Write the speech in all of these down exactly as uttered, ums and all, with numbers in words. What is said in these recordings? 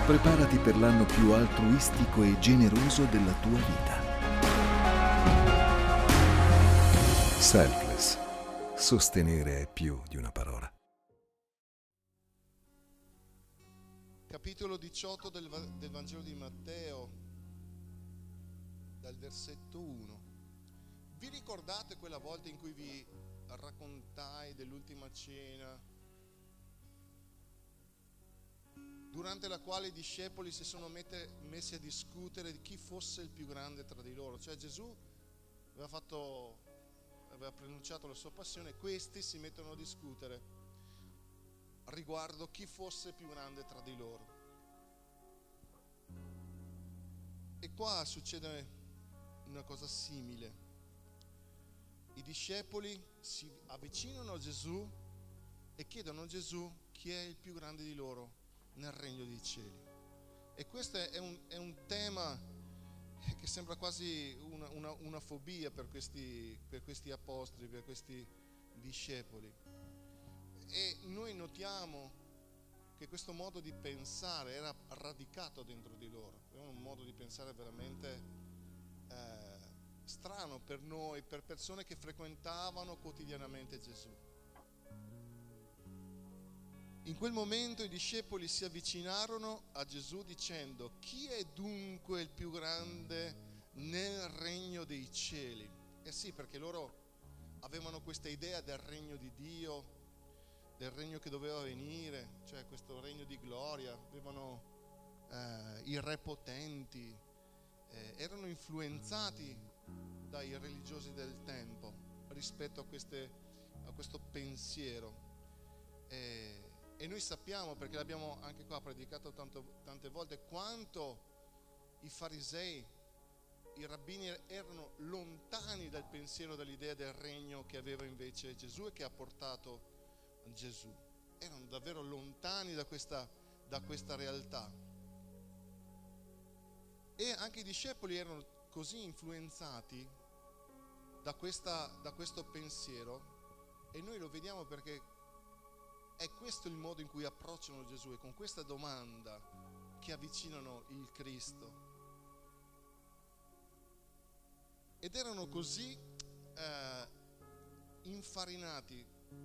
Preparati per l'anno più altruistico e generoso della tua vita. Selfless. Sostenere è più di una parola. Capitolo diciotto del, del Vangelo di Matteo, dal versetto uno. Vi ricordate quella volta in cui vi raccontai dell'ultima cena, durante la quale i discepoli si sono mette, messi a discutere di chi fosse il più grande tra di loro? Cioè Gesù aveva fatto, aveva preannunciato la sua passione, e questi si mettono a discutere riguardo chi fosse più grande tra di loro. E qua succede una cosa simile. I discepoli si avvicinano a Gesù e chiedono a Gesù chi è il più grande di loro nel regno dei cieli. E questo è un, è un tema che sembra quasi una, una, una fobia per questi, per questi apostoli, per questi discepoli. E noi notiamo che questo modo di pensare era radicato dentro di loro. Era un modo di pensare veramente eh, strano per noi, per persone che frequentavano quotidianamente Gesù. In quel momento i discepoli si avvicinarono a Gesù dicendo: chi è dunque il più grande nel regno dei cieli? Eh sì, perché loro avevano questa idea del regno di Dio, del regno che doveva venire, cioè questo regno di gloria. Avevano eh, i re potenti, eh, erano influenzati dai religiosi del tempo rispetto a, queste, a questo pensiero. Eh, e noi sappiamo, perché l'abbiamo anche qua predicato tanto, tante volte, quanto i farisei, i rabbini erano lontani dal pensiero, dall'idea del regno che aveva invece Gesù e che ha portato Gesù. Erano davvero lontani da questa, da questa realtà. E anche i discepoli erano così influenzati da, questa, da questo pensiero, e noi lo vediamo perché è questo il modo in cui approcciano Gesù, e con questa domanda che avvicinano il Cristo. Ed erano così eh, infarinati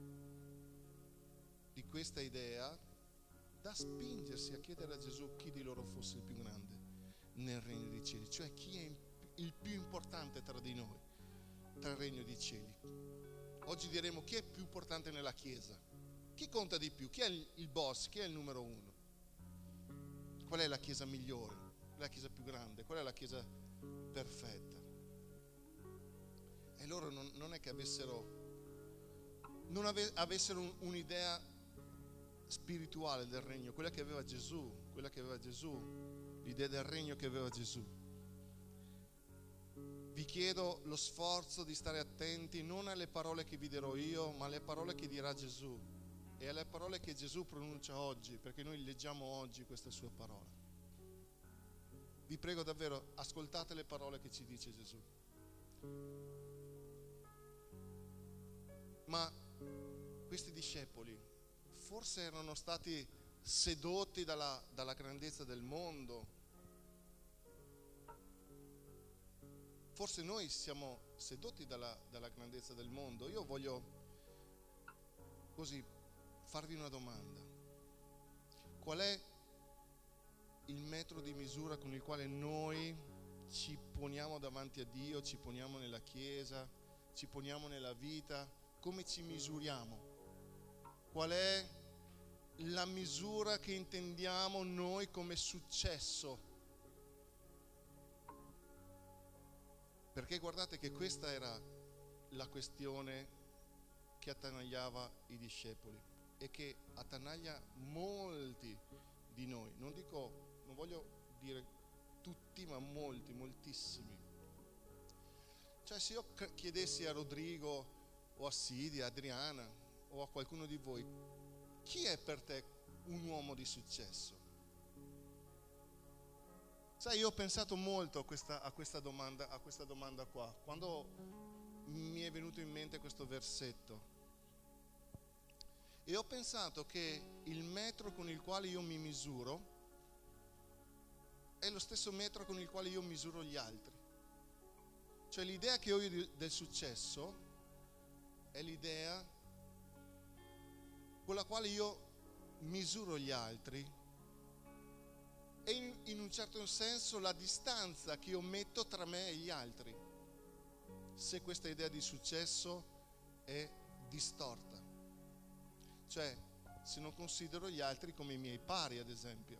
di questa idea da spingersi a chiedere a Gesù chi di loro fosse il più grande nel regno dei cieli, cioè chi è il più importante tra di noi, tra il regno dei cieli. Oggi diremo: chi è più importante nella Chiesa? Chi conta di più? Chi è il boss? Chi è il numero uno? Qual è la chiesa migliore? Qual è la chiesa più grande? Qual è la chiesa perfetta? E loro non, non è che avessero non ave, avessero un, un'idea spirituale del regno, quella che aveva Gesù, quella che aveva Gesù, l'idea del regno che aveva Gesù. Vi chiedo lo sforzo di stare attenti non alle parole che vi dirò io, ma alle parole che dirà Gesù, e alle parole che Gesù pronuncia oggi, perché noi leggiamo oggi questa sua parola. Vi prego davvero, ascoltate le parole che ci dice Gesù. Ma questi discepoli forse erano stati sedotti dalla, dalla grandezza del mondo. Forse noi siamo sedotti dalla, dalla grandezza del mondo. Io voglio così farvi una domanda: qual è il metro di misura con il quale noi ci poniamo davanti a Dio, ci poniamo nella Chiesa, ci poniamo nella vita? Come ci misuriamo? Qual è la misura che intendiamo noi come successo? Perché guardate che questa era la questione che attanagliava i discepoli e che attanaglia molti di noi. Non dico, non voglio dire tutti, ma molti, moltissimi. Cioè, se io chiedessi a Rodrigo o a Sidi, a Adriana o a qualcuno di voi: chi è per te un uomo di successo? Sai, io ho pensato molto a questa, a questa domanda, a questa domanda qua, quando mi è venuto in mente questo versetto. E ho pensato che il metro con il quale io mi misuro è lo stesso metro con il quale io misuro gli altri. Cioè l'idea che ho io del successo è l'idea con la quale io misuro gli altri e in, in un certo senso la distanza che io metto tra me e gli altri, se questa idea di successo è distorta. Cioè, se non considero gli altri come i miei pari, ad esempio.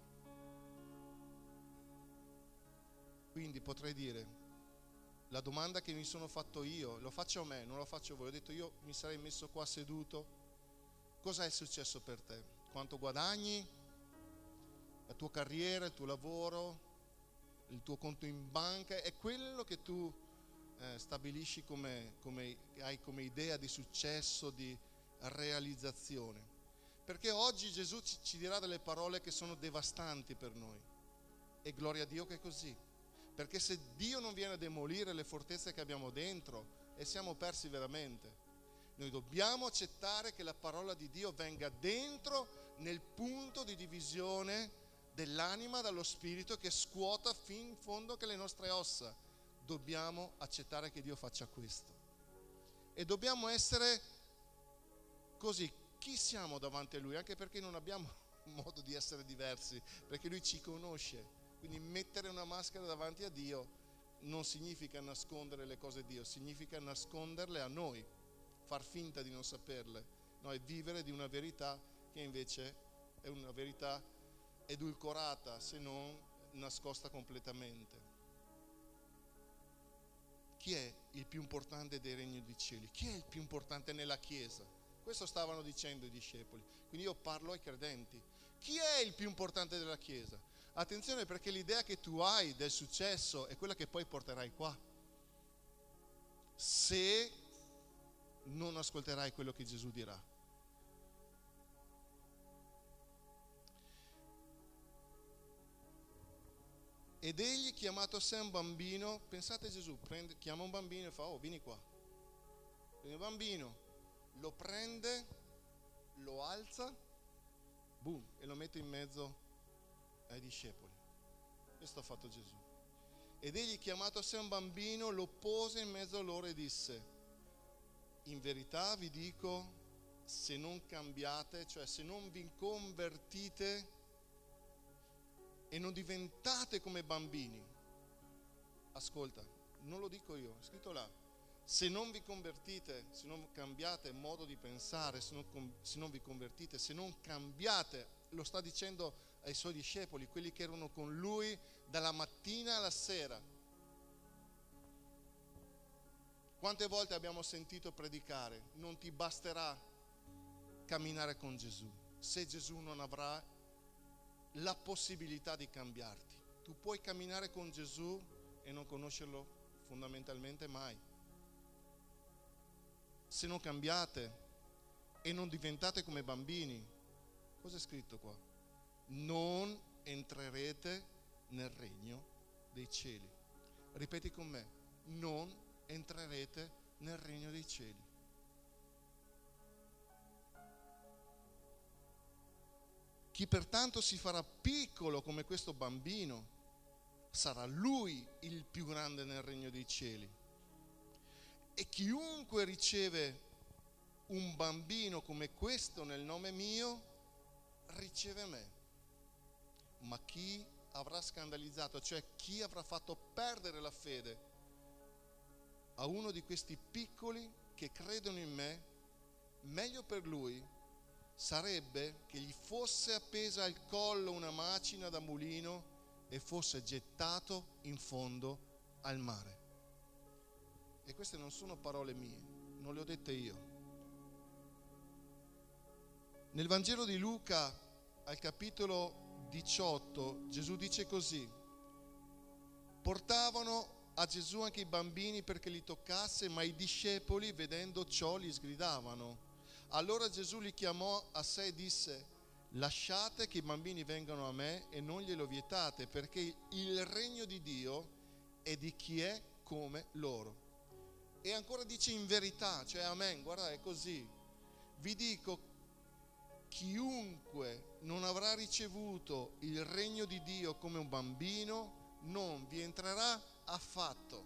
Quindi potrei dire, la domanda che mi sono fatto io, lo faccio a me, non lo faccio a voi, ho detto io mi sarei messo qua seduto, cos'è il successo per te? Quanto guadagni? La tua carriera, il tuo lavoro, il tuo conto in banca? È quello che tu eh, stabilisci come, come, hai come idea di successo, di realizzazione? Perché oggi Gesù ci, ci dirà delle parole che sono devastanti per noi, e gloria a Dio che è così, perché se Dio non viene a demolire le fortezze che abbiamo dentro, e siamo persi veramente. Noi dobbiamo accettare che la parola di Dio venga dentro nel punto di divisione dell'anima dallo spirito, che scuota fin in fondo che le nostre ossa. Dobbiamo accettare che Dio faccia questo, e dobbiamo essere così. Chi siamo davanti a Lui? Anche perché non abbiamo modo di essere diversi, perché Lui ci conosce. Quindi mettere una maschera davanti a Dio non significa nascondere le cose di Dio, significa nasconderle a noi, far finta di non saperle, no? E vivere di una verità che invece è una verità edulcorata, se non nascosta completamente. Chi è il più importante dei regni dei cieli? Chi è il più importante nella Chiesa? Questo stavano dicendo i discepoli. Quindi io parlo ai credenti. Chi è il più importante della Chiesa? Attenzione, perché l'idea che tu hai del successo è quella che poi porterai qua, se non ascolterai quello che Gesù dirà. Ed egli, chiamato a sé un bambino, pensate, Gesù prende, chiama un bambino e fa: oh, vieni qua. Quindi il bambino lo prende, lo alza, boom, e lo mette in mezzo ai discepoli. Questo ha fatto Gesù. Ed egli, chiamato a sé un bambino, lo pose in mezzo a loro e disse: in verità vi dico, se non cambiate, cioè se non vi convertite e non diventate come bambini, ascolta, non lo dico io, è scritto là, se non vi convertite, se non cambiate modo di pensare, se non, se non vi convertite, se non cambiate, lo sta dicendo ai suoi discepoli, quelli che erano con lui dalla mattina alla sera. Quante volte abbiamo sentito predicare: non ti basterà camminare con Gesù se Gesù non avrà la possibilità di cambiarti. Tu puoi camminare con Gesù e non conoscerlo fondamentalmente mai. Se non cambiate e non diventate come bambini, cosa è scritto qua? Non entrerete nel regno dei cieli. Ripeti con me: non entrerete nel regno dei cieli. Chi pertanto si farà piccolo come questo bambino, sarà lui il più grande nel regno dei cieli. E chiunque riceve un bambino come questo nel nome mio, riceve me. Ma chi avrà scandalizzato, cioè chi avrà fatto perdere la fede a uno di questi piccoli che credono in me, meglio per lui sarebbe che gli fosse appesa al collo una macina da mulino e fosse gettato in fondo al mare. E queste non sono parole mie, non le ho dette io. Nel Vangelo di Luca, al capitolo diciotto, Gesù dice così: portavano a Gesù anche i bambini perché li toccasse, ma i discepoli, vedendo ciò, li sgridavano. Allora Gesù li chiamò a sé e disse: lasciate che i bambini vengano a me e non glielo vietate, perché il regno di Dio è di chi è come loro. E ancora dice in verità, cioè amen, guarda, è così. Vi dico chiunque non avrà ricevuto il regno di Dio come un bambino non vi entrerà affatto.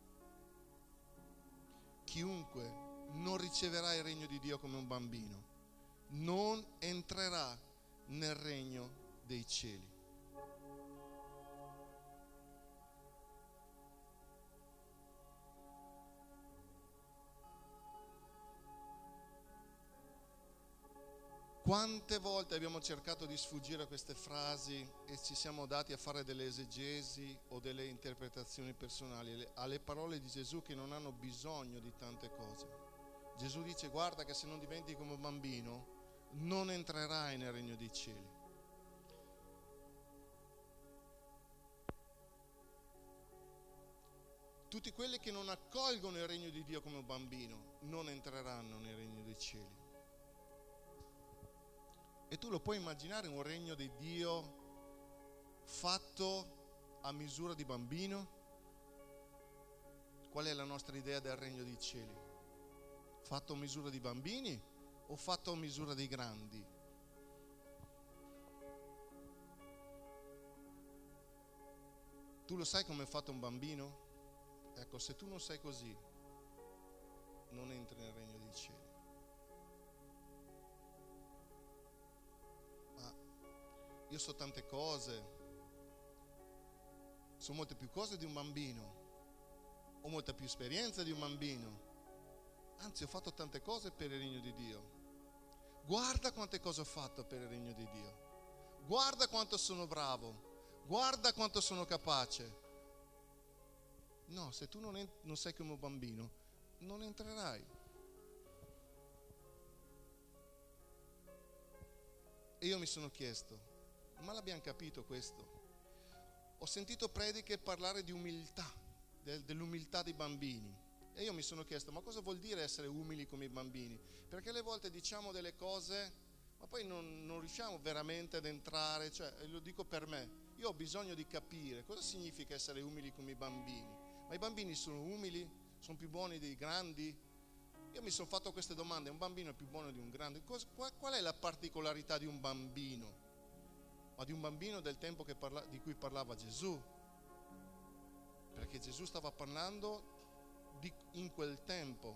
Chiunque non riceverà il regno di Dio come un bambino non entrerà nel regno dei cieli. Quante volte abbiamo cercato di sfuggire a queste frasi e ci siamo dati a fare delle esegesi o delle interpretazioni personali alle parole di Gesù, che non hanno bisogno di tante cose. Gesù dice: guarda che se non diventi come un bambino non entrerai nel regno dei cieli. Tutti quelli che non accolgono il regno di Dio come un bambino non entreranno nel regno dei cieli. E tu lo puoi immaginare un regno di Dio fatto a misura di bambino? Qual è la nostra idea del regno dei cieli? Fatto a misura di bambini o fatto a misura dei grandi? Tu lo sai come è fatto un bambino? Ecco, se tu non sei così, non entri nel regno dei cieli. Io so tante cose, so molte più cose di un bambino, ho molta più esperienza di un bambino, anzi ho fatto tante cose per il regno di Dio. Guarda quante cose ho fatto per il regno di Dio, guarda quanto sono bravo, guarda quanto sono capace. No, se tu non, ent- non sei come un bambino, non entrerai. E io mi sono chiesto: ma l'abbiamo capito questo? Ho sentito prediche parlare di umiltà, del, dell'umiltà dei bambini, e io mi sono chiesto: ma cosa vuol dire essere umili come i bambini? Perché alle volte diciamo delle cose, ma poi non, non riusciamo veramente ad entrare, cioè, lo dico per me, io ho bisogno di capire cosa significa essere umili come i bambini. Ma i bambini sono umili? Sono più buoni dei grandi? Io mi sono fatto queste domande: un bambino è più buono di un grande? Cosa, qual, qual è la particolarità di un bambino? Ma di un bambino del tempo che parla, di cui parlava Gesù, perché Gesù stava parlando di, in quel tempo.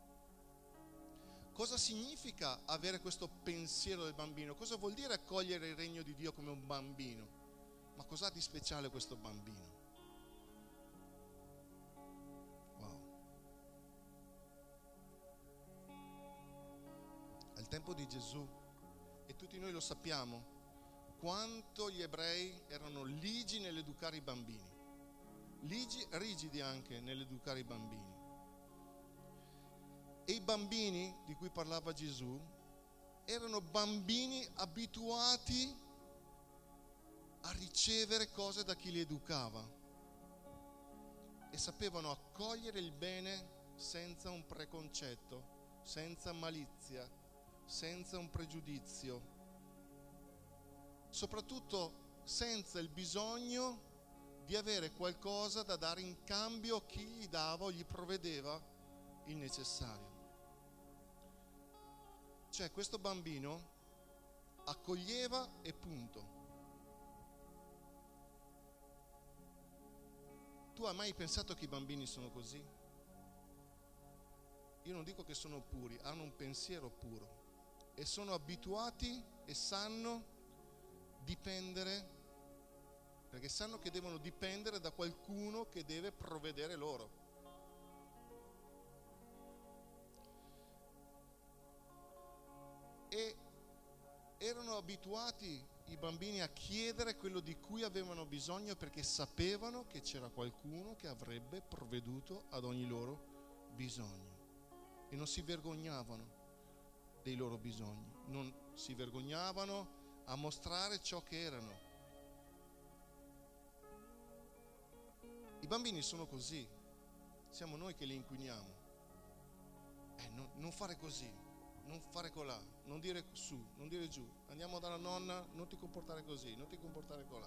Cosa significa avere questo pensiero del bambino? Cosa vuol dire accogliere il regno di Dio come un bambino? Ma cos'ha di speciale questo bambino? Wow. Al tempo di Gesù, e tutti noi lo sappiamo, quanto gli ebrei erano ligi nell'educare i bambini, ligi, rigidi anche nell'educare i bambini. E i bambini di cui parlava Gesù erano bambini abituati a ricevere cose da chi li educava e sapevano accogliere il bene senza un preconcetto, senza malizia, senza un pregiudizio, soprattutto senza il bisogno di avere qualcosa da dare in cambio a chi gli dava o gli provvedeva il necessario. Cioè, questo bambino accoglieva e punto. Tu hai mai pensato che i bambini sono così? Io non dico che sono puri, hanno un pensiero puro e sono abituati e sanno dipendere, perché sanno che devono dipendere da qualcuno che deve provvedere loro. E erano abituati i bambini a chiedere quello di cui avevano bisogno, perché sapevano che c'era qualcuno che avrebbe provveduto ad ogni loro bisogno, e non si vergognavano dei loro bisogni, non si vergognavano a mostrare ciò che erano. I bambini sono così, siamo noi che li inquiniamo. Eh, no, non fare così, non fare colà, non dire su, non dire giù, andiamo dalla nonna, non ti comportare così, non ti comportare colà.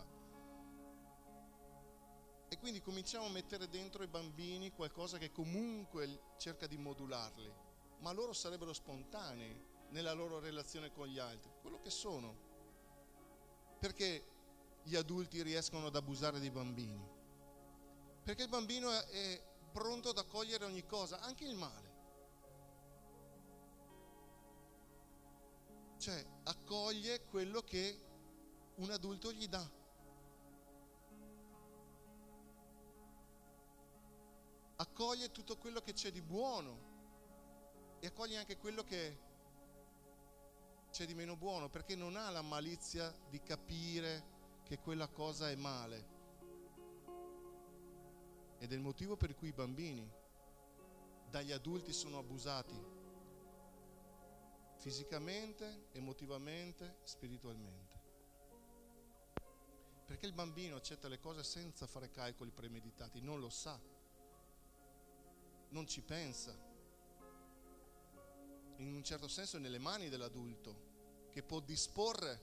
E quindi cominciamo a mettere dentro ai bambini qualcosa che comunque cerca di modularli, ma loro sarebbero spontanei, nella loro relazione con gli altri? Quello che sono. Perché gli adulti riescono ad abusare dei bambini? Perché il bambino è pronto ad accogliere ogni cosa, anche il male. Cioè, accoglie quello che un adulto gli dà. Accoglie tutto quello che c'è di buono e accoglie anche quello che c'è di meno buono, perché non ha la malizia di capire che quella cosa è male. Ed è il motivo per cui i bambini dagli adulti sono abusati fisicamente, emotivamente, spiritualmente. Perché il bambino accetta le cose senza fare calcoli premeditati, non lo sa, non ci pensa. In un certo senso è nelle mani dell'adulto, che può disporre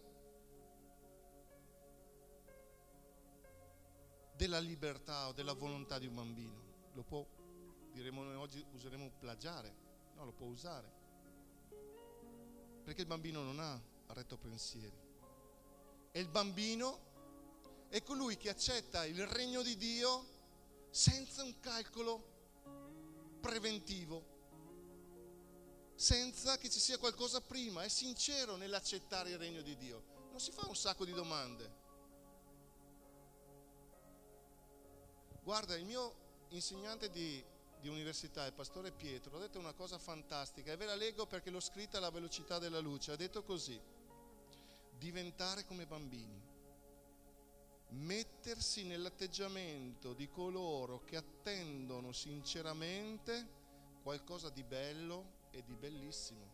della libertà o della volontà di un bambino. Lo può, diremo noi oggi, useremo plagiare, no, lo può usare. Perché il bambino non ha retropensieri. E il bambino è colui che accetta il regno di Dio senza un calcolo preventivo, senza che ci sia qualcosa prima. È sincero nell'accettare il regno di Dio, non si fa un sacco di domande. Guarda, il mio insegnante di, di università, il pastore Pietro, ha detto una cosa fantastica e ve la leggo perché l'ho scritta alla velocità della luce. Ha detto così: diventare come bambini, mettersi nell'atteggiamento di coloro che attendono sinceramente qualcosa di bello e di bellissimo,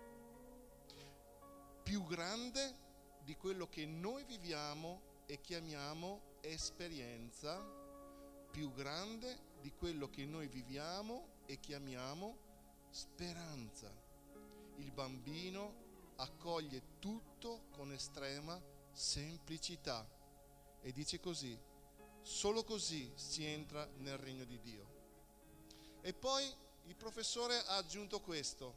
più grande di quello che noi viviamo e chiamiamo esperienza, più grande di quello che noi viviamo e chiamiamo speranza. Il bambino accoglie tutto con estrema semplicità e dice così: solo così si entra nel regno di Dio. E poi il professore ha aggiunto questo,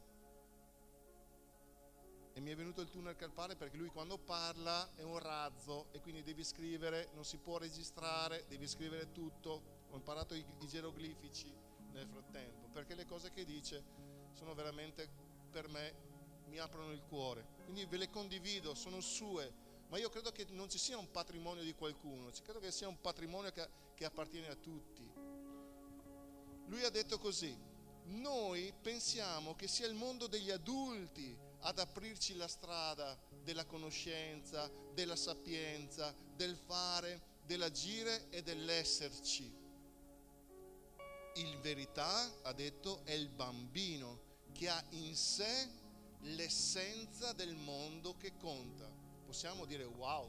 e mi è venuto il tunnel carpale, perché lui quando parla è un razzo e quindi devi scrivere, non si può registrare, devi scrivere tutto. Ho imparato i, i geroglifici nel frattempo, perché le cose che dice sono veramente, per me, mi aprono il cuore. Quindi ve le condivido, sono sue, ma io credo che non ci sia un patrimonio di qualcuno, credo che sia un patrimonio che, che appartiene a tutti. Lui ha detto così: noi pensiamo che sia il mondo degli adulti ad aprirci la strada della conoscenza, della sapienza, del fare, dell'agire e dell'esserci. In verità, ha detto, è il bambino che ha in sé l'essenza del mondo che conta. Possiamo dire wow.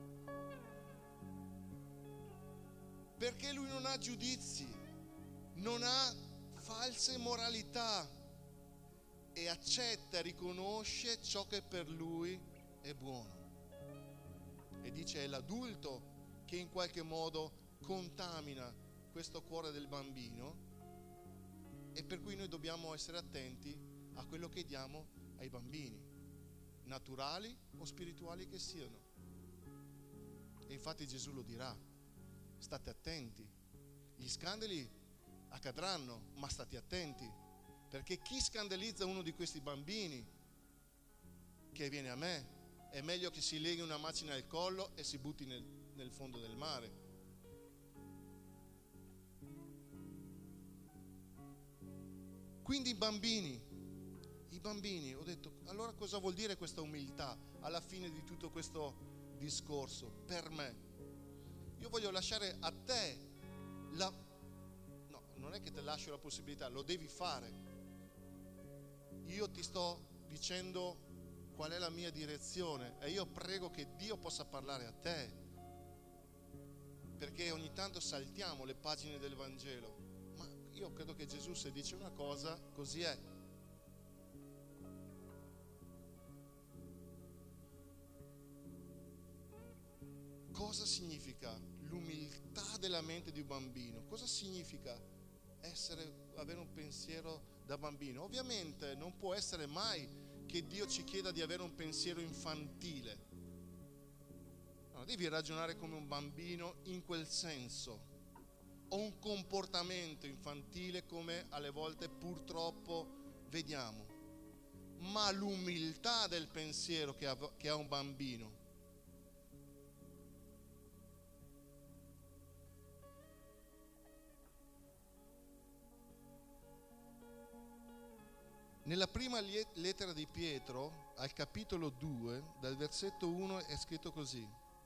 Perché lui non ha giudizi, non ha false moralità e accetta e riconosce ciò che per lui è buono. E dice: è l'adulto che in qualche modo contamina questo cuore del bambino, e per cui noi dobbiamo essere attenti a quello che diamo ai bambini, naturali o spirituali che siano. E infatti Gesù lo dirà: state attenti, gli scandali accadranno, ma state attenti, perché chi scandalizza uno di questi bambini che viene a me è meglio che si leghi una macina al collo e si butti nel, nel fondo del mare. Quindi i bambini, i bambini, ho detto, allora cosa vuol dire questa umiltà alla fine di tutto questo discorso per me? Io voglio lasciare a te la... No, non è che te lascio la possibilità, lo devi fare. Io ti sto dicendo qual è la mia direzione e io prego che Dio possa parlare a te, perché ogni tanto saltiamo le pagine del Vangelo. Io credo che Gesù, se dice una cosa, così è. Cosa significa l'umiltà della mente di un bambino? Cosa significa essere, avere un pensiero da bambino? Ovviamente non può essere mai che Dio ci chieda di avere un pensiero infantile. No, devi ragionare come un bambino in quel senso, o un comportamento infantile come alle volte purtroppo vediamo, ma l'umiltà del pensiero che ha, che ha un bambino. Nella prima lettera di Pietro, al capitolo due, dal versetto uno, è scritto così: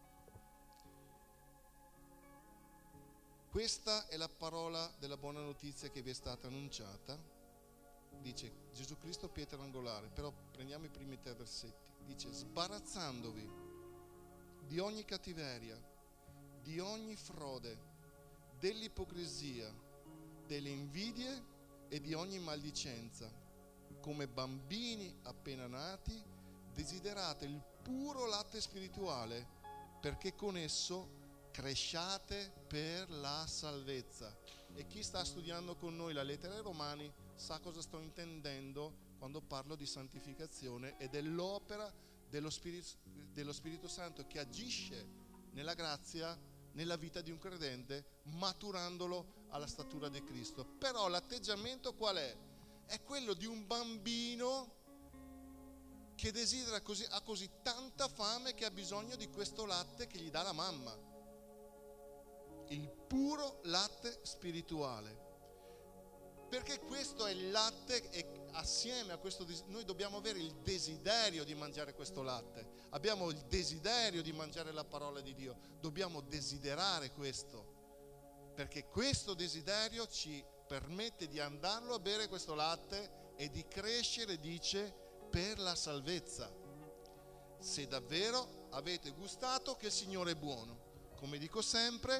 questa è la parola della buona notizia che vi è stata annunciata. Dice Gesù Cristo, pietra angolare. Però prendiamo i primi tre versetti. Dice: sbarazzandovi di ogni cattiveria, di ogni frode, dell'ipocrisia, delle invidie e di ogni maldicenza. Come bambini appena nati, desiderate il puro latte spirituale, perché con esso cresciate per la salvezza. E chi sta studiando con noi la lettera ai Romani sa cosa sto intendendo quando parlo di santificazione e dell'opera dello Spirito, dello Spirito Santo che agisce nella grazia, nella vita di un credente, maturandolo alla statura di Cristo. Però l'atteggiamento qual è? È quello di un bambino che desidera così, ha così tanta fame che ha bisogno di questo latte che gli dà la mamma, il puro latte spirituale, perché questo è il latte e assieme a questo noi dobbiamo avere il desiderio di mangiare questo latte, abbiamo il desiderio di mangiare la parola di Dio, dobbiamo desiderare questo, perché questo desiderio ci permette di andarlo a bere questo latte e di crescere, dice, per la salvezza. Se davvero avete gustato che il Signore è buono. Come dico sempre,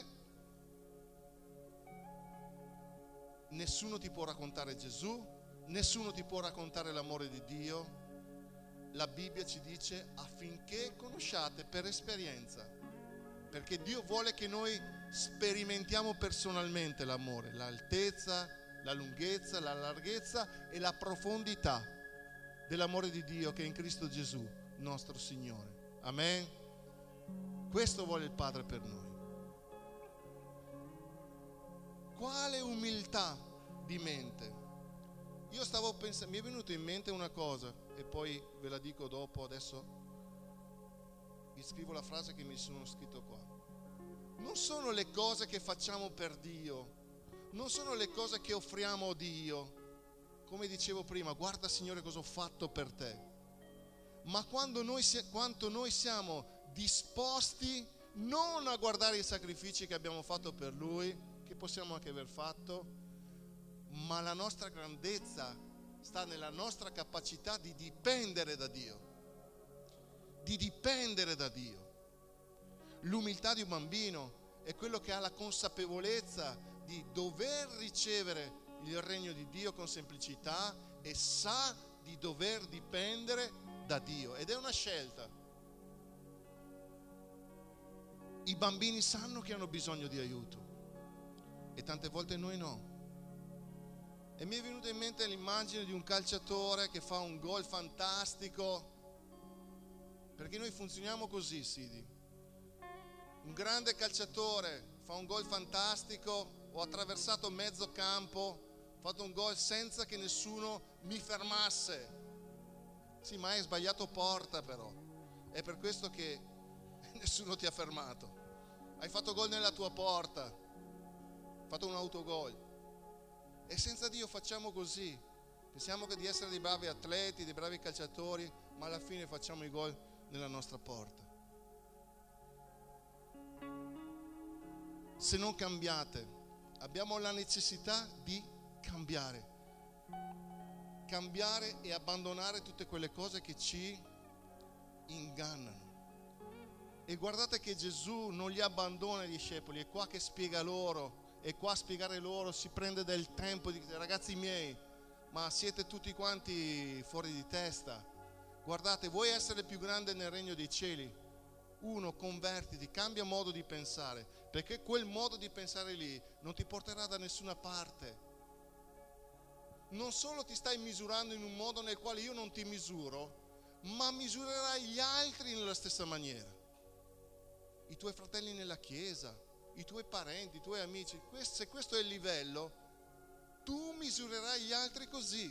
nessuno ti può raccontare Gesù, nessuno ti può raccontare l'amore di Dio. La Bibbia ci dice affinché conosciate per esperienza, perché Dio vuole che noi sperimentiamo personalmente l'amore, l'altezza, la lunghezza, la larghezza e la profondità dell'amore di Dio che è in Cristo Gesù, nostro Signore. Amen. Questo vuole il Padre per noi. Quale umiltà di mente. Io stavo pensando, mi è venuto in mente una cosa e poi ve la dico dopo. Adesso vi scrivo la frase che mi sono scritto qua. Non sono le cose che facciamo per Dio, non sono le cose che offriamo a Dio, come dicevo prima, guarda Signore cosa ho fatto per te, ma quando noi, quanto noi siamo disposti non a guardare i sacrifici che abbiamo fatto per Lui, che possiamo anche aver fatto, ma la nostra grandezza sta nella nostra capacità di dipendere da Dio, di dipendere da Dio. L'umiltà di un bambino è quello che ha la consapevolezza di dover ricevere il regno di Dio con semplicità e sa di dover dipendere da Dio, ed è una scelta. I bambini sanno che hanno bisogno di aiuto e tante volte noi no. E mi è venuta in mente l'immagine di un calciatore che fa un gol fantastico, perché noi funzioniamo così, Sidi. Un grande calciatore fa un gol fantastico, ho attraversato mezzo campo, ho fatto un gol senza che nessuno mi fermasse. Sì, ma hai sbagliato porta però. È per questo che nessuno ti ha fermato. Hai fatto gol nella tua porta, hai fatto un autogol. E senza Dio facciamo così. Pensiamo che di essere dei bravi atleti, dei bravi calciatori, ma alla fine facciamo i gol nella nostra porta. Se non cambiate, abbiamo la necessità di cambiare. Cambiare e abbandonare tutte quelle cose che ci ingannano. E guardate che Gesù non li abbandona i discepoli, è qua che spiega loro, è qua a spiegare loro, si prende del tempo di dire: ragazzi miei, ma siete tutti quanti fuori di testa. Guardate, vuoi essere più grande nel regno dei cieli? Uno, convertiti, cambia modo di pensare, perché quel modo di pensare lì non ti porterà da nessuna parte. non solo ti stai misurando in un modo nel quale io non ti misuro, ma misurerai gli altri nella stessa maniera. I tuoi fratelli nella chiesa, i tuoi parenti, i tuoi amici. Se questo è il livello, tu misurerai gli altri così.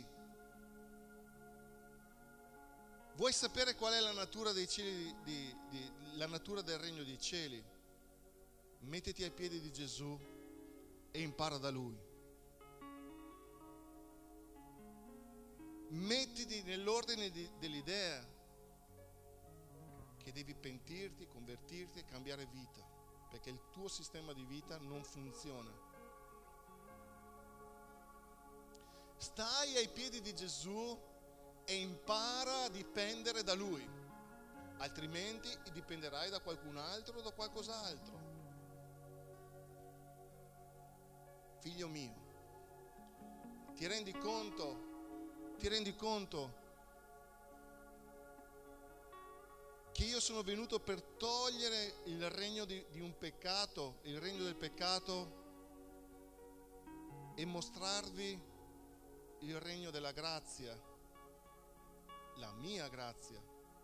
Vuoi sapere qual è la natura dei cieli, di, di, la natura del regno dei cieli? Mettiti ai piedi di Gesù e impara da Lui. Mettiti nell'ordine di, dell'idea che devi pentirti, convertirti e cambiare vita, perché il tuo sistema di vita non funziona. Stai ai piedi di Gesù e impara a dipendere da Lui, altrimenti dipenderai da qualcun altro o da qualcos'altro. Figlio mio, ti rendi conto? Ti rendi conto che io sono venuto per togliere il regno di, di un peccato, il regno del peccato, e mostrarvi il regno della grazia, la mia grazia,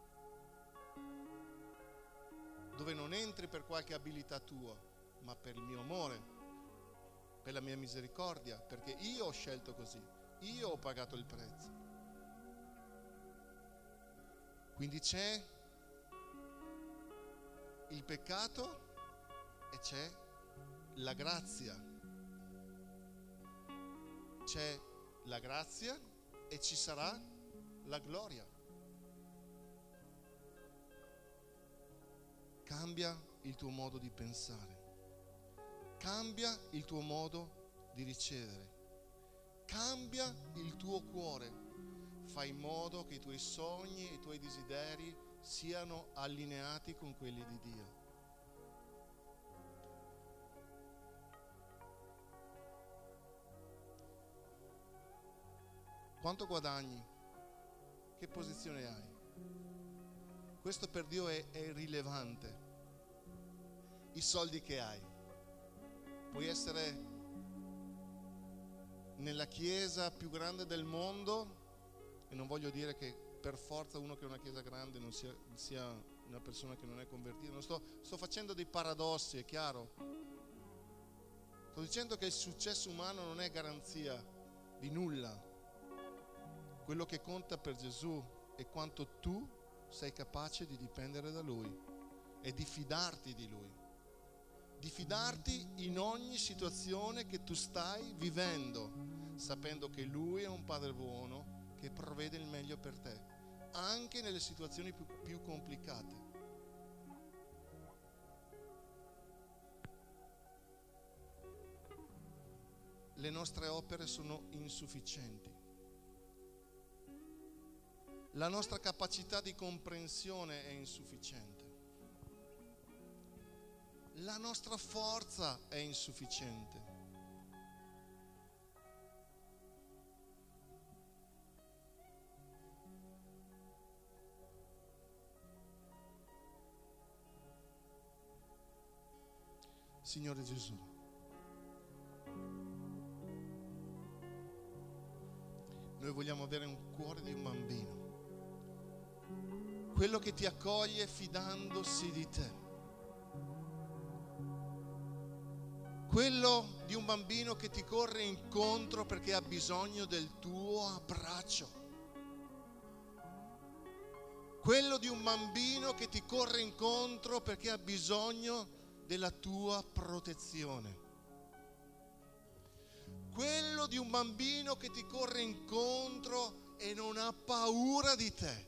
dove non entri per qualche abilità tua, ma per il mio amore, per la mia misericordia, perché io ho scelto così. Io ho pagato il prezzo. Quindi c'è il peccato e c'è la grazia. C'è la grazia e ci sarà la gloria. Cambia il tuo modo di pensare. Cambia il tuo modo di ricevere. Cambia il tuo cuore, fai in modo che i tuoi sogni e i tuoi desideri siano allineati con quelli di Dio. Quanto guadagni? Che posizione hai? Questo per Dio è, è irrilevante. I soldi che hai. Puoi essere nella chiesa più grande del mondo, e non voglio dire che per forza uno che ha una chiesa grande non sia, sia una persona che non è convertita, non sto, sto facendo dei paradossi, è chiaro. Sto dicendo che il successo umano non è garanzia di nulla. Quello che conta per Gesù è quanto tu sei capace di dipendere da Lui e di fidarti di Lui, di fidarti in ogni situazione che tu stai vivendo, sapendo che Lui è un Padre buono che provvede il meglio per te, anche nelle situazioni più, più complicate. Le nostre opere sono insufficienti. La nostra capacità di comprensione è insufficiente. La nostra forza è insufficiente. Signore Gesù, noi vogliamo avere un cuore di un bambino, quello che ti accoglie fidandosi di te, quello di un bambino che ti corre incontro perché ha bisogno del tuo abbraccio, quello di un bambino che ti corre incontro perché ha bisogno della tua protezione, quello di un bambino che ti corre incontro e non ha paura di te,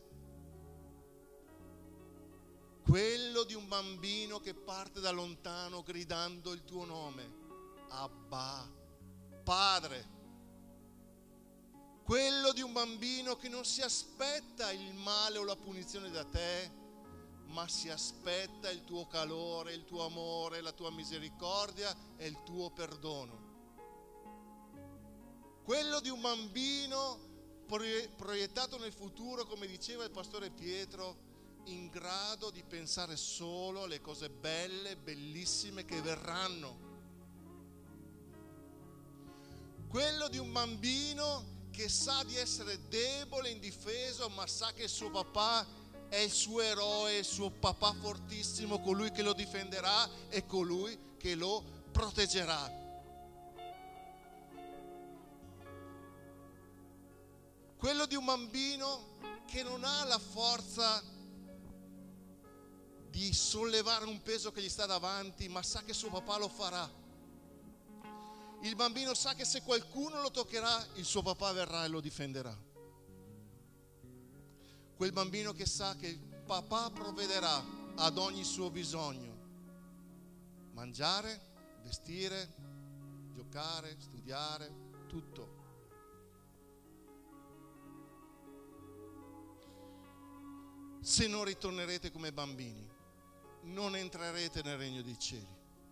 quello di un bambino che parte da lontano gridando il tuo nome, Abba, Padre, quello di un bambino che non si aspetta il male o la punizione da te, ma si aspetta il tuo calore, il tuo amore, la tua misericordia e il tuo perdono. Quello di un bambino proiettato nel futuro, come diceva il pastore Pietro, in grado di pensare solo alle cose belle, bellissime che verranno. Quello di un bambino che sa di essere debole, indifeso, ma sa che il suo papà è il suo eroe, il suo papà fortissimo, colui che lo difenderà e colui che lo proteggerà. Quello di un bambino che non ha la forza di sollevare un peso che gli sta davanti, ma sa che suo papà lo farà. Il bambino sa che se qualcuno lo toccherà, il suo papà verrà e lo difenderà. Quel bambino che sa che il papà provvederà ad ogni suo bisogno. Mangiare, vestire, giocare, studiare, tutto. Se non ritornerete come bambini, non entrerete nel regno dei cieli.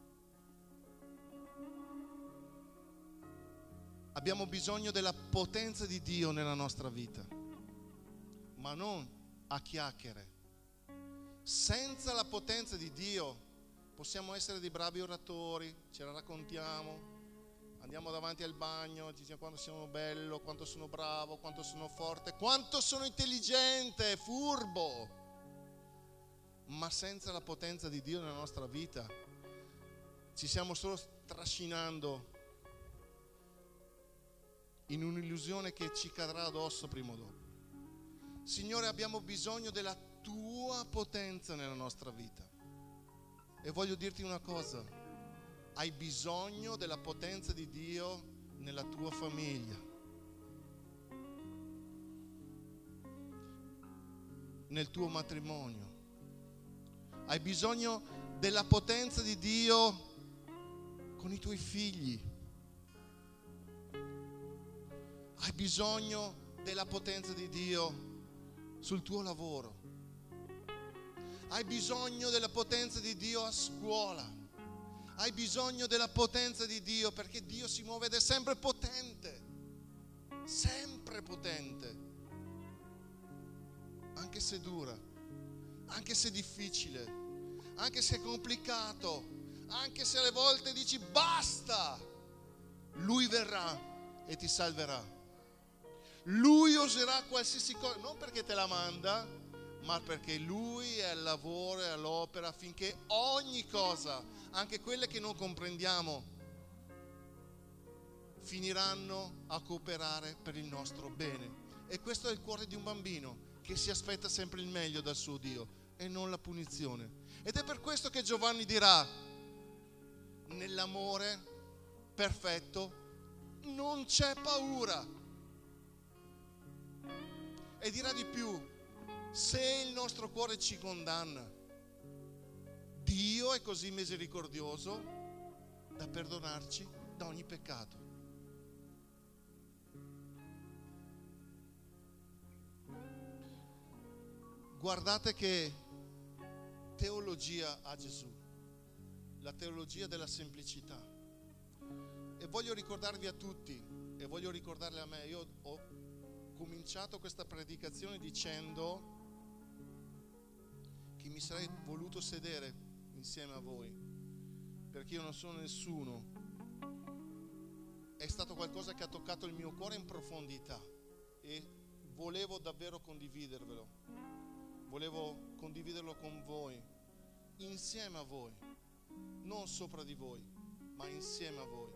Abbiamo bisogno della potenza di Dio nella nostra vita, ma non a chiacchiere. Senza la potenza di Dio possiamo essere dei bravi oratori, ce la raccontiamo, andiamo davanti al bagno, diciamo quanto sono bello, quanto sono bravo, quanto sono forte, quanto sono intelligente, furbo. Ma senza la potenza di Dio nella nostra vita ci stiamo solo trascinando in un'illusione che ci cadrà addosso prima o dopo. Signore, abbiamo bisogno della tua potenza nella nostra vita. E voglio dirti una cosa: hai bisogno della potenza di Dio nella tua famiglia, nel tuo matrimonio. Hai bisogno della potenza di Dio con i tuoi figli. Hai bisogno della potenza di Dio sul tuo lavoro. Hai bisogno della potenza di Dio a scuola. Hai bisogno della potenza di Dio perché Dio si muove ed è sempre potente. Sempre potente. Anche se dura, anche se difficile, anche se è complicato, anche se alle volte dici basta, Lui verrà e ti salverà. Lui userà qualsiasi cosa, non perché te la manda, ma perché Lui è al lavoro e all'opera affinché ogni cosa, anche quelle che non comprendiamo, finiranno a cooperare per il nostro bene. E questo è il cuore di un bambino che si aspetta sempre il meglio dal suo Dio e non la punizione. Ed è per questo che Giovanni dirà: nell'amore perfetto non c'è paura. E dirà di più: se il nostro cuore ci condanna, Dio è così misericordioso da perdonarci da ogni peccato. Guardate che teologia ha Gesù, la teologia della semplicità. E voglio ricordarvi a tutti, e voglio ricordarle a me, io ho cominciato questa predicazione dicendo che mi sarei voluto sedere insieme a voi, perché io non sono nessuno. È stato qualcosa che ha toccato il mio cuore in profondità e volevo davvero condividervelo. Volevo condividerlo con voi, insieme a voi, non sopra di voi, ma insieme a voi.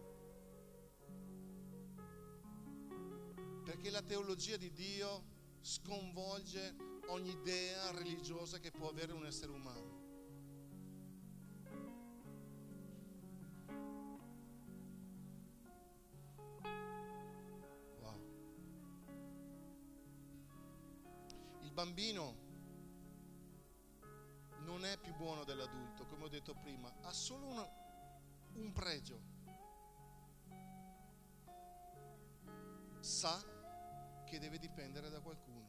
Perché la teologia di Dio sconvolge ogni idea religiosa che può avere un essere umano. Wow. Il bambino non è più buono dell'adulto, come ho detto prima, ha solo una, un pregio. Sa che deve dipendere da qualcuno.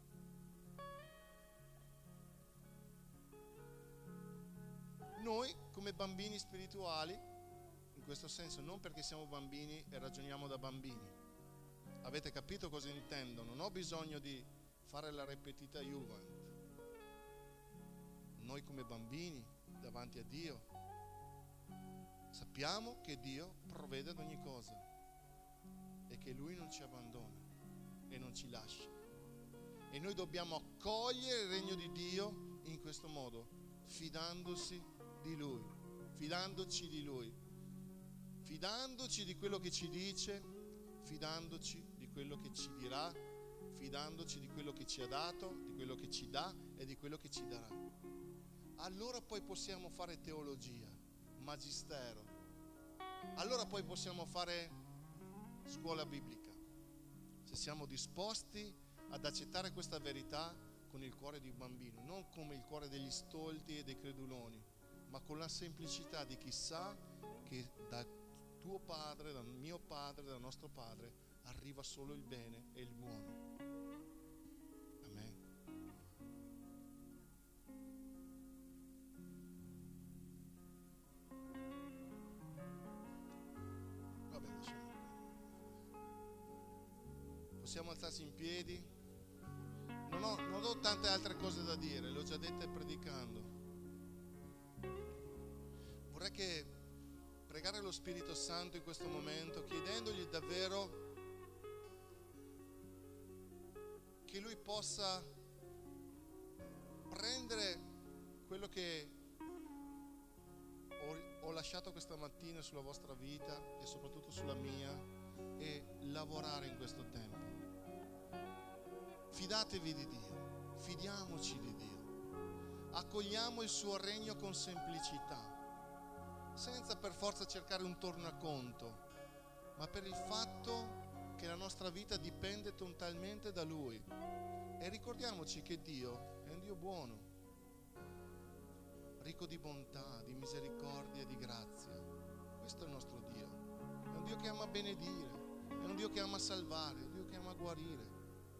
Noi come bambini spirituali, in questo senso, non perché siamo bambini e ragioniamo da bambini. Avete capito cosa intendo? Non ho bisogno di fare la repetita Juvent. Noi come bambini davanti a Dio sappiamo che Dio provvede ad ogni cosa e che Lui non ci abbandona. e non ci lascia. E noi dobbiamo accogliere il regno di Dio in questo modo, fidandosi di Lui, fidandoci di Lui, fidandoci di quello che ci dice, fidandoci di quello che ci dirà, fidandoci di quello che ci ha dato, di quello che ci dà e di quello che ci darà. Allora poi possiamo fare teologia, magistero, allora poi possiamo fare scuola biblica, se siamo disposti ad accettare questa verità con il cuore di un bambino, non come il cuore degli stolti e dei creduloni, ma con la semplicità di chi sa che dal tuo padre, dal mio padre, dal nostro padre arriva solo il bene e il buono. Amen. Vabbè, lasciamo. Possiamo alzarci in piedi? Non ho, non ho tante altre cose da dire, le ho già dette predicando. Vorrei che pregare lo Spirito Santo in questo momento, chiedendogli davvero che Lui possa prendere quello che ho, ho lasciato questa mattina sulla vostra vita e soprattutto sulla mia e lavorare in questo tempo. Fidatevi di Dio, fidiamoci di Dio, accogliamo il suo regno con semplicità, senza per forza cercare un tornaconto, ma per il fatto che la nostra vita dipende totalmente da Lui. E ricordiamoci che Dio è un Dio buono, ricco di bontà, di misericordia e di grazia. Questo è il nostro Dio, è un Dio che ama benedire, è un Dio che ama salvare, è un Dio che ama guarire.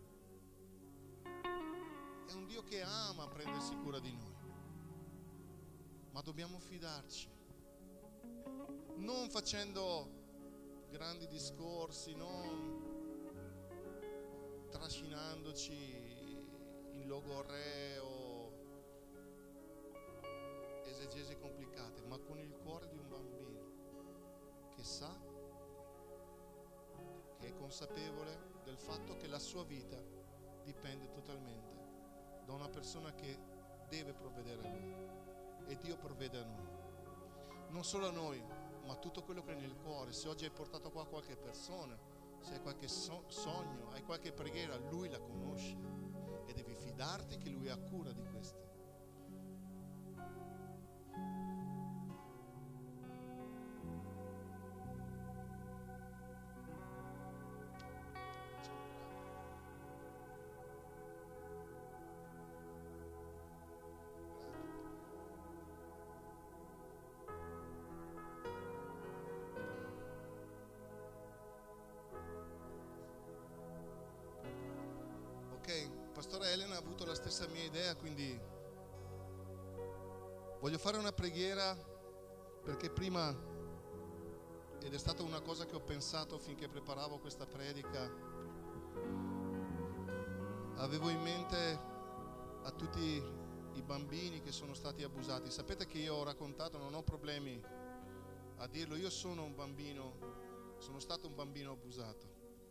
È un Dio che ama prendersi cura di noi, ma dobbiamo fidarci, non facendo grandi discorsi, non trascinandoci in logorree o esegesi complicate, ma con il cuore di un bambino che sa, che è consapevole del fatto che la sua vita dipende totalmente da una persona che deve provvedere a Lui, e Dio provvede a noi, non solo a noi, ma tutto quello che è nel cuore. Se oggi hai portato qua qualche persona, se hai qualche so- sogno, hai qualche preghiera, Lui la conosce e devi fidarti che Lui ha cura di questo. Pastore Elena ha avuto la stessa mia idea, quindi voglio fare una preghiera, perché prima, ed è stata una cosa che ho pensato finché preparavo questa predica, avevo in mente a tutti i bambini che sono stati abusati. Sapete che io ho raccontato, non ho problemi a dirlo, io sono un bambino, sono stato un bambino abusato.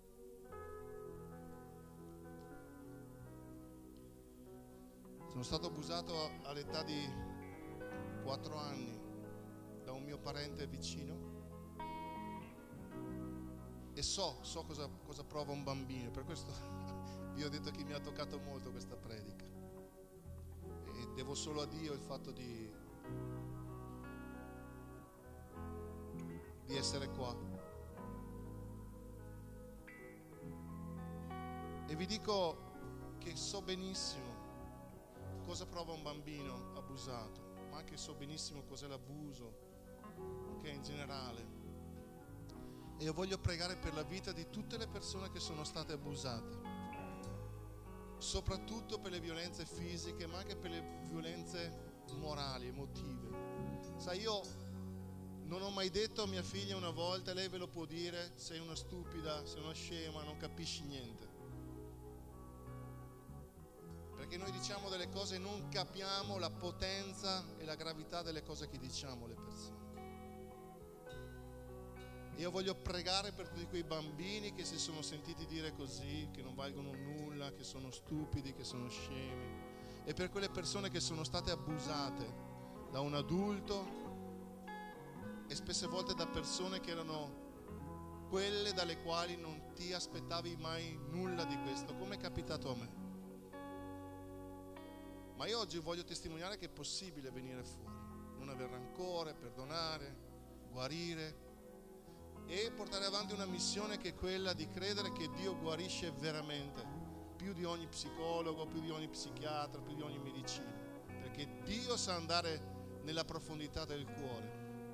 Sono stato abusato all'età di quattro anni da un mio parente vicino e so, so cosa, cosa prova un bambino. Per questo vi ho detto che mi ha toccato molto questa predica e devo solo a Dio il fatto di, di essere qua. E vi dico che so benissimo cosa prova un bambino abusato, ma anche so benissimo cos'è l'abuso, ok, in generale. E io voglio pregare per la vita di tutte le persone che sono state abusate, soprattutto per le violenze fisiche, ma anche per le violenze morali, emotive. Sai, io non ho mai detto a mia figlia una volta, lei ve lo può dire, sei una stupida, sei una scema, non capisci niente. Perché noi diciamo delle cose e non capiamo la potenza e la gravità delle cose che diciamo alle persone. Io voglio pregare per tutti quei bambini che si sono sentiti dire così, che non valgono nulla, che sono stupidi, che sono scemi. E per quelle persone che sono state abusate da un adulto e spesse volte da persone che erano quelle dalle quali non ti aspettavi mai nulla di questo, come è capitato a me. Ma io oggi voglio testimoniare che è possibile venire fuori, non avere rancore, perdonare, guarire e portare avanti una missione che è quella di credere che Dio guarisce veramente, più di ogni psicologo, più di ogni psichiatra, più di ogni medicina, perché Dio sa andare nella profondità del cuore.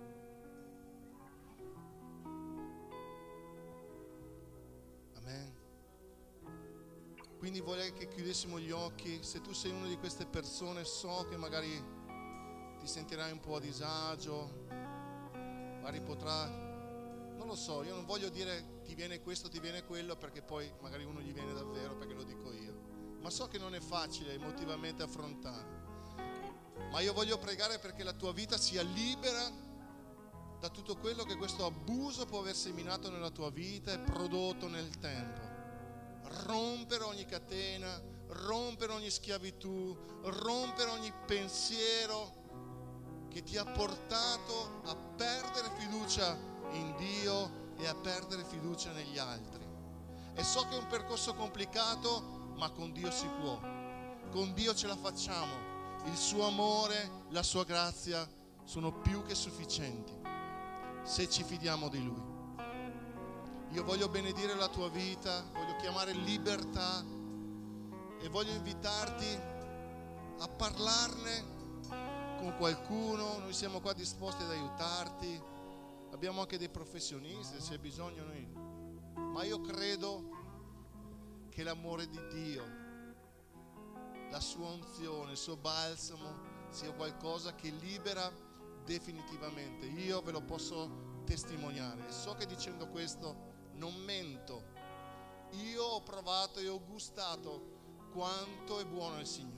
Amen. Quindi vorrei che chiudessimo gli occhi. Se tu sei una di queste persone, so che magari ti sentirai un po' a disagio, magari potrà, non lo so, io non voglio dire ti viene questo, ti viene quello, perché poi magari uno gli viene davvero, perché lo dico io. Ma so che non è facile emotivamente affrontare. Ma io voglio pregare perché la tua vita sia libera da tutto quello che questo abuso può aver seminato nella tua vita e prodotto nel tempo. Rompere ogni catena, rompere ogni schiavitù, rompere ogni pensiero che ti ha portato a perdere fiducia in Dio e a perdere fiducia negli altri. E so che è un percorso complicato, ma con Dio si può. Con Dio ce la facciamo. Il suo amore, la sua grazia sono più che sufficienti se ci fidiamo di Lui. Io voglio benedire la tua vita, voglio chiamare libertà e voglio invitarti a parlarne con qualcuno. Noi siamo qua disposti ad aiutarti, abbiamo anche dei professionisti se c'è bisogno noi. Ma io credo che l'amore di Dio, la sua unzione, il suo balsamo sia qualcosa che libera definitivamente. Io ve lo posso testimoniare e so che dicendo questo non mento. Io ho provato e ho gustato quanto è buono il Signore.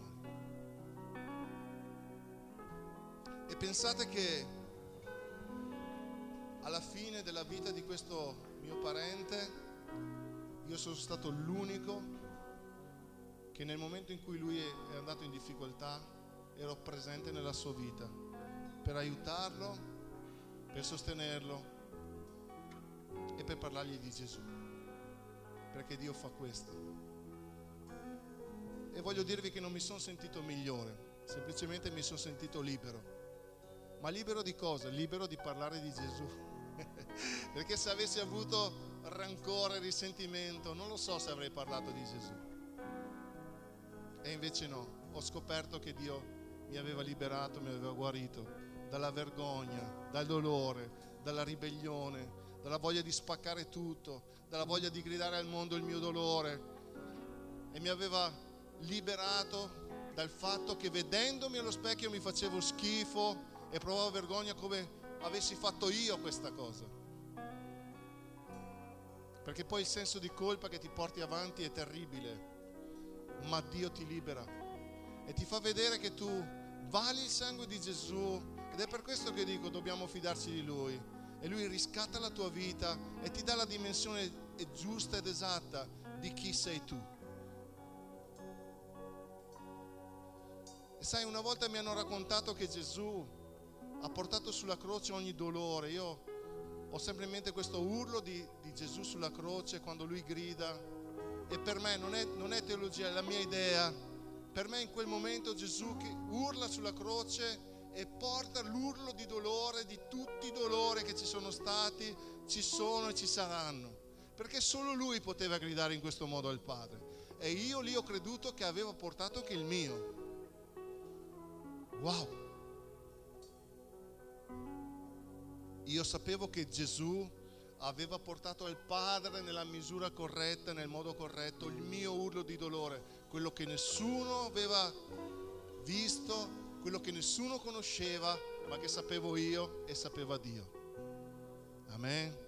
E pensate che alla fine della vita di questo mio parente io sono stato l'unico che nel momento in cui lui è andato in difficoltà ero presente nella sua vita per aiutarlo, per sostenerlo e per parlargli di Gesù, perché Dio fa questo. E voglio dirvi che non mi sono sentito migliore, semplicemente mi sono sentito libero. Ma libero di cosa? Libero di parlare di Gesù. Perché se avessi avuto rancore, risentimento, non lo so se avrei parlato di Gesù. E invece no, ho scoperto che Dio mi aveva liberato, mi aveva guarito dalla vergogna, dal dolore, dalla ribellione, dalla voglia di spaccare tutto, dalla voglia di gridare al mondo il mio dolore, e mi aveva liberato dal fatto che vedendomi allo specchio mi facevo schifo e provavo vergogna come avessi fatto io questa cosa, perché poi il senso di colpa che ti porti avanti è terribile. Ma Dio ti libera e ti fa vedere che tu vali il sangue di Gesù, ed è per questo che dico dobbiamo fidarci di Lui, e Lui riscatta la tua vita e ti dà la dimensione giusta ed esatta di chi sei tu. E sai, una volta mi hanno raccontato che Gesù ha portato sulla croce ogni dolore. Io ho sempre in mente questo urlo di, di Gesù sulla croce quando Lui grida. E per me non è, non è teologia, è la mia idea. Per me in quel momento Gesù che urla sulla croce e porta l'urlo di dolore di tutti i dolori che ci sono stati, ci sono e ci saranno, perché solo Lui poteva gridare in questo modo al Padre, e io lì ho creduto che aveva portato anche il mio. Wow! Io sapevo che Gesù aveva portato al Padre nella misura corretta, nel modo corretto, il mio urlo di dolore, quello che nessuno aveva visto, quello che nessuno conosceva, ma che sapevo io e sapeva Dio. Amen.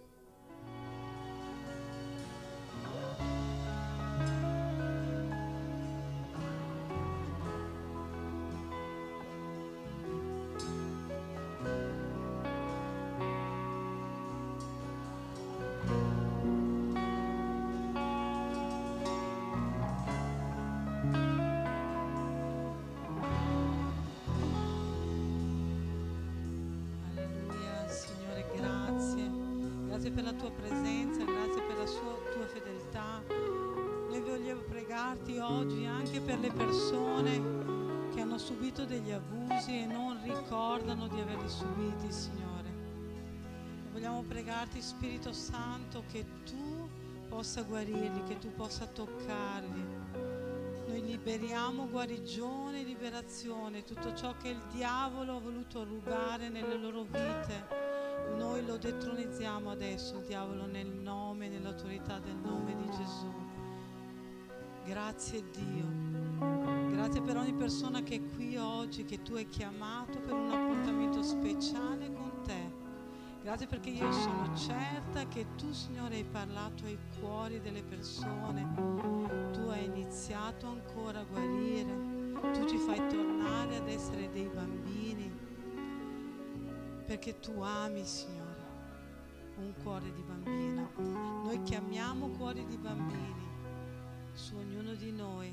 per la tua presenza, grazie per la sua, tua fedeltà. Noi vogliamo pregarti oggi anche per le persone che hanno subito degli abusi e non ricordano di averli subiti, Signore. Vogliamo pregarti, Spirito Santo, che tu possa guarirli, che tu possa toccarli. Noi liberiamo guarigione e liberazione, tutto ciò che il diavolo ha voluto rubare nelle loro vite. Noi lo detronizziamo adesso, il diavolo, nel nome e nell'autorità del nome di Gesù. Grazie Dio, grazie per ogni persona che è qui oggi, che tu hai chiamato per un appuntamento speciale con te. Grazie perché io sono certa che tu, Signore, hai parlato ai cuori delle persone. Tu hai iniziato ancora a guarire, tu ci fai tornare ad essere dei bambini, perché tu ami, Signore, un cuore di bambino. Noi chiamiamo cuori di bambini su ognuno di noi,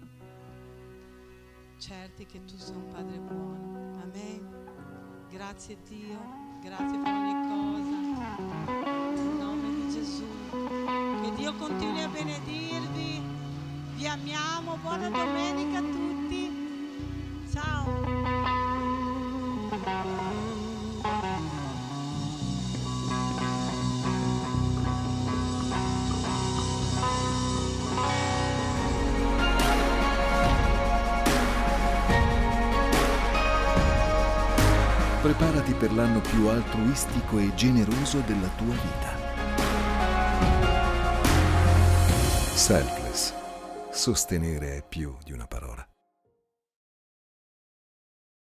certi che tu sei un Padre buono. Amen. Grazie Dio, grazie per ogni cosa, nel nome di Gesù. Che Dio continui a benedirvi, vi amiamo, buona domenica a tutti, ciao. Preparati per l'anno più altruistico e generoso della tua vita. Selfless. Sostenere è più di una parola.